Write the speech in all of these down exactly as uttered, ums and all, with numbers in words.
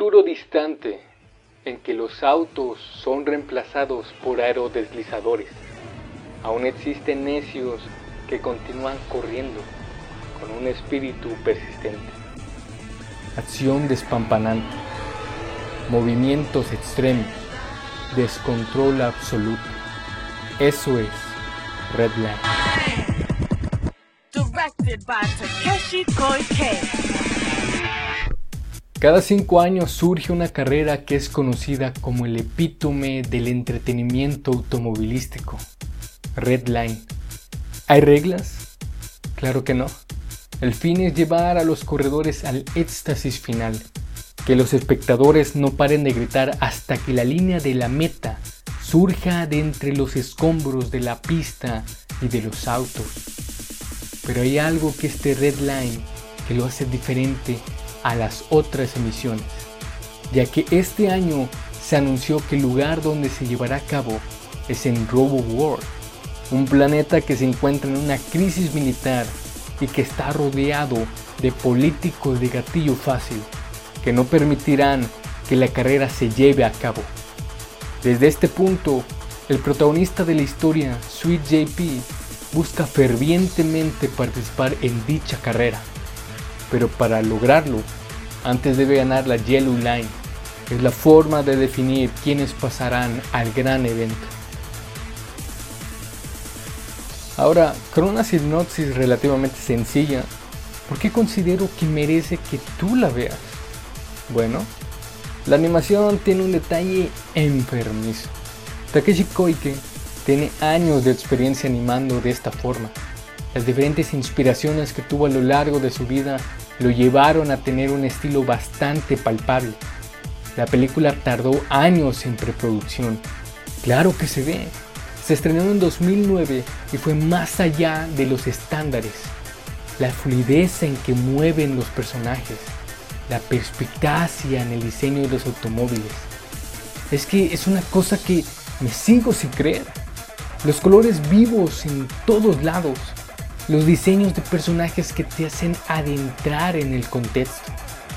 futuro distante en que los autos son reemplazados por aerodeslizadores, aún existen necios que continúan corriendo con un espíritu persistente. Acción despampanante, movimientos extremos, descontrol absoluto. Eso es Redline. Directed by Takeshi Koike. Cada cinco años surge una carrera que es conocida como el epítome del entretenimiento automovilístico, Redline. ¿Hay reglas? Claro que no. El fin es llevar a los corredores al éxtasis final, que los espectadores no paren de gritar hasta que la línea de la meta surja de entre los escombros de la pista y de los autos. Pero hay algo que este Redline que lo hace diferente a las otras emisiones, ya que este año se anunció que el lugar donde se llevará a cabo es en Robo World, un planeta que se encuentra en una crisis militar y que está rodeado de políticos de gatillo fácil que no permitirán que la carrera se lleve a cabo. Desde este punto, el protagonista de la historia, Sweet J P, busca fervientemente participar en dicha carrera, pero para lograrlo, antes debe ganar la Yellow Line, que es la forma de definir quiénes pasarán al gran evento. Ahora, con una sinopsis relativamente sencilla, ¿por qué considero que merece que tú la veas? Bueno, la animación tiene un detalle enfermizo. Takeshi Koike tiene años de experiencia animando de esta forma. Las diferentes inspiraciones que tuvo a lo largo de su vida lo llevaron a tener un estilo bastante palpable. La película tardó años en preproducción. Claro que se ve. Se estrenó en dos mil nueve y fue más allá de los estándares. La fluidez en que mueven los personajes, la perspicacia en el diseño de los automóviles. Es que es una cosa que me sigo sin creer. Los colores vivos en todos lados, los diseños de personajes que te hacen adentrar en el contexto.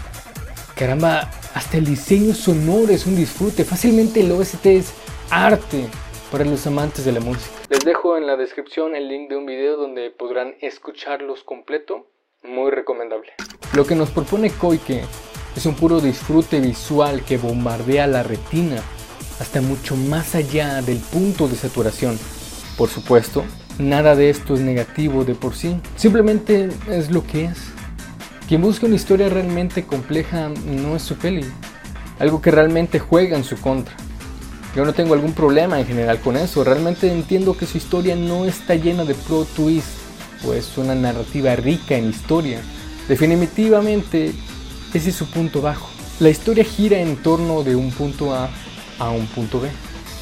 Caramba, hasta el diseño sonoro es un disfrute. Fácilmente el O S T es arte para los amantes de la música. Les dejo en la descripción el link de un video donde podrán escucharlos completo, muy recomendable. Lo que nos propone Koike es un puro disfrute visual que bombardea la retina hasta mucho más allá del punto de saturación. Por supuesto, nada de esto es negativo de por sí, simplemente es lo que es. Quien busca una historia realmente compleja no es su peli, algo que realmente juega en su contra. Yo no tengo algún problema en general con eso, realmente entiendo que su historia no está llena de plot twist, pues una narrativa rica en historia. Definitivamente ese es su punto bajo. La historia gira en torno de un punto A a un punto B.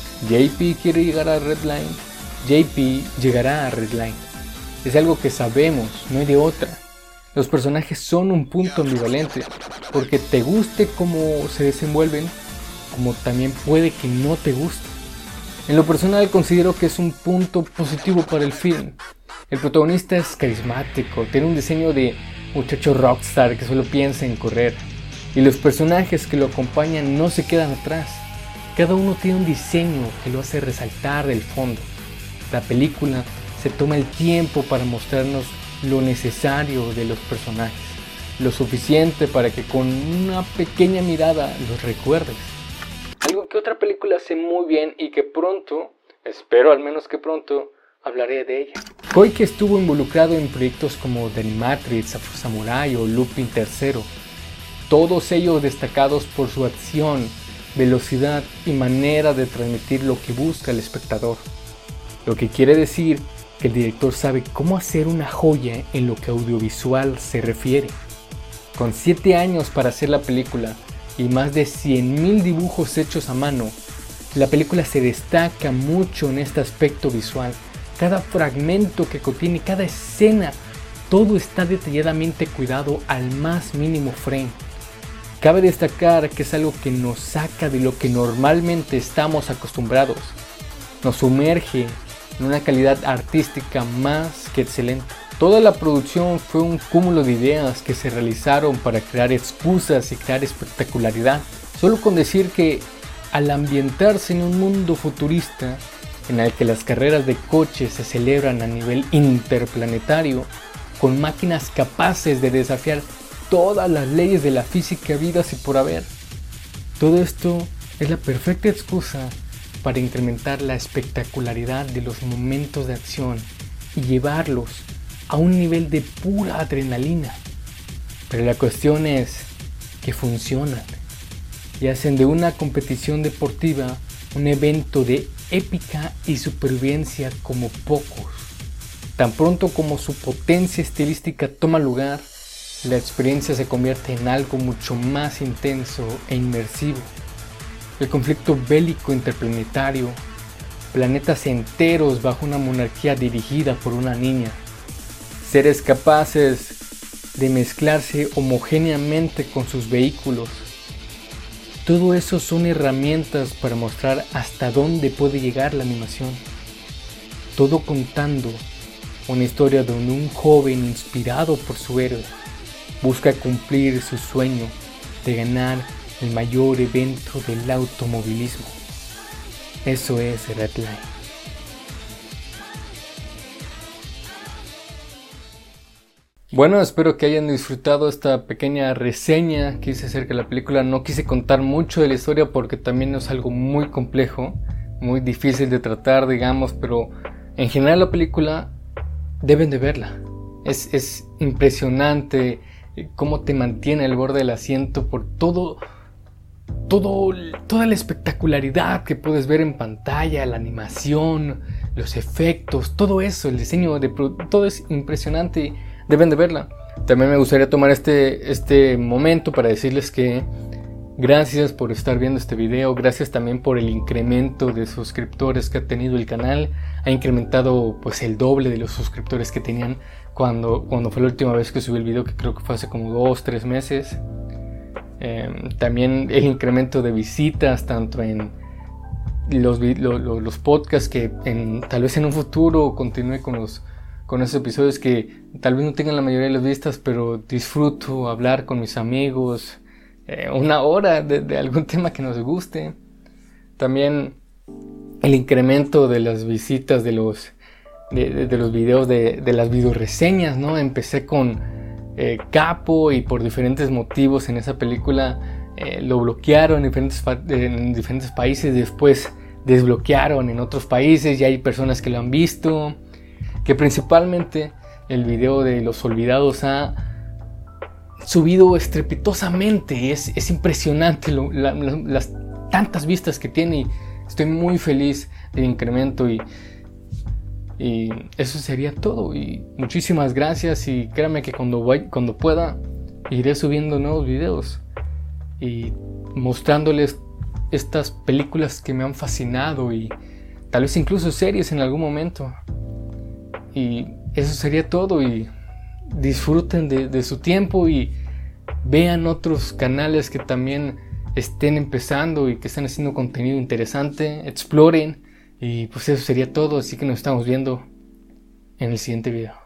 J P quiere llegar a Redline, J P llegará a Redline. Es algo que sabemos, no hay de otra. Los personajes son un punto ambivalente, porque te guste cómo se desenvuelven, como también puede que no te guste. En lo personal considero que es un punto positivo para el film. El protagonista es carismático, tiene un diseño de muchacho rockstar que solo piensa en correr. Y los personajes que lo acompañan no se quedan atrás. Cada uno tiene un diseño que lo hace resaltar del fondo. La película se toma el tiempo para mostrarnos lo necesario de los personajes, lo suficiente para que con una pequeña mirada los recuerdes. Algo que otra película hace muy bien y que pronto, espero al menos que pronto, hablaré de ella. Koike estuvo involucrado en proyectos como The Matrix, Afro Samurai o Lupin tercero, todos ellos destacados por su acción, velocidad y manera de transmitir lo que busca el espectador. Lo que quiere decir que el director sabe cómo hacer una joya en lo que audiovisual se refiere. Con siete años para hacer la película y más de cien mil dibujos hechos a mano, la película se destaca mucho en este aspecto visual. Cada fragmento que contiene, cada escena, todo está detalladamente cuidado al más mínimo frame. Cabe destacar que es algo que nos saca de lo que normalmente estamos acostumbrados. Nos sumerge en una calidad artística más que excelente. Toda la producción fue un cúmulo de ideas que se realizaron para crear excusas y crear espectacularidad. Solo con decir que al ambientarse en un mundo futurista en el que las carreras de coches se celebran a nivel interplanetario, con máquinas capaces de desafiar todas las leyes de la física habidas y por haber. Todo esto es la perfecta excusa para incrementar la espectacularidad de los momentos de acción y llevarlos a un nivel de pura adrenalina. Pero la cuestión es que funcionan y hacen de una competición deportiva un evento de épica y supervivencia como pocos. Tan pronto como su potencia estilística toma lugar, la experiencia se convierte en algo mucho más intenso e inmersivo. El conflicto bélico interplanetario, planetas enteros bajo una monarquía dirigida por una niña, seres capaces de mezclarse homogéneamente con sus vehículos. Todo eso son herramientas para mostrar hasta dónde puede llegar la animación. Todo contando una historia donde un joven inspirado por su héroe busca cumplir su sueño de ganar el mayor evento del automovilismo. Eso es Redline. Bueno, espero que hayan disfrutado esta pequeña reseña que hice acerca de la película. No quise contar mucho de la historia porque también es algo muy complejo, muy difícil de tratar, digamos, pero en general la película deben de verla. Es, es impresionante cómo te mantiene al borde del asiento por todo, todo, toda la espectacularidad que puedes ver en pantalla, la animación, los efectos, todo eso, el diseño de todo es impresionante. Deben de verla. También me gustaría tomar este, este momento para decirles que gracias por estar viendo este video, gracias también por el incremento de suscriptores que ha tenido el canal. Ha incrementado pues el doble de los suscriptores que tenían cuando, cuando fue la última vez que subí el video, que creo que fue hace como dos, tres meses. Eh, también el incremento de visitas, tanto en los, lo, lo, los podcasts, que en, tal vez en un futuro continúe con los con esos episodios que tal vez no tengan la mayoría de las vistas, pero disfruto hablar con mis amigos eh, una hora de, de algún tema que nos guste. También el incremento de las visitas de los de, de, de los videos de, de las videoreseñas, ¿no? Empecé con eh, Capo y por diferentes motivos en esa película eh, lo bloquearon en diferentes, en diferentes países, después desbloquearon en otros países y hay personas que lo han visto. Que principalmente el video de Los Olvidados ha subido estrepitosamente. Es, es impresionante lo, la, la, las tantas vistas que tiene y estoy muy feliz del incremento y, y eso sería todo. Y muchísimas gracias y créanme que cuando, voy, cuando pueda iré subiendo nuevos videos y mostrándoles estas películas que me han fascinado y tal vez incluso series en algún momento. Y eso sería todo y disfruten de, de su tiempo y vean otros canales que también estén empezando y que están haciendo contenido interesante, exploren y pues eso sería todo, así que nos estamos viendo en el siguiente video.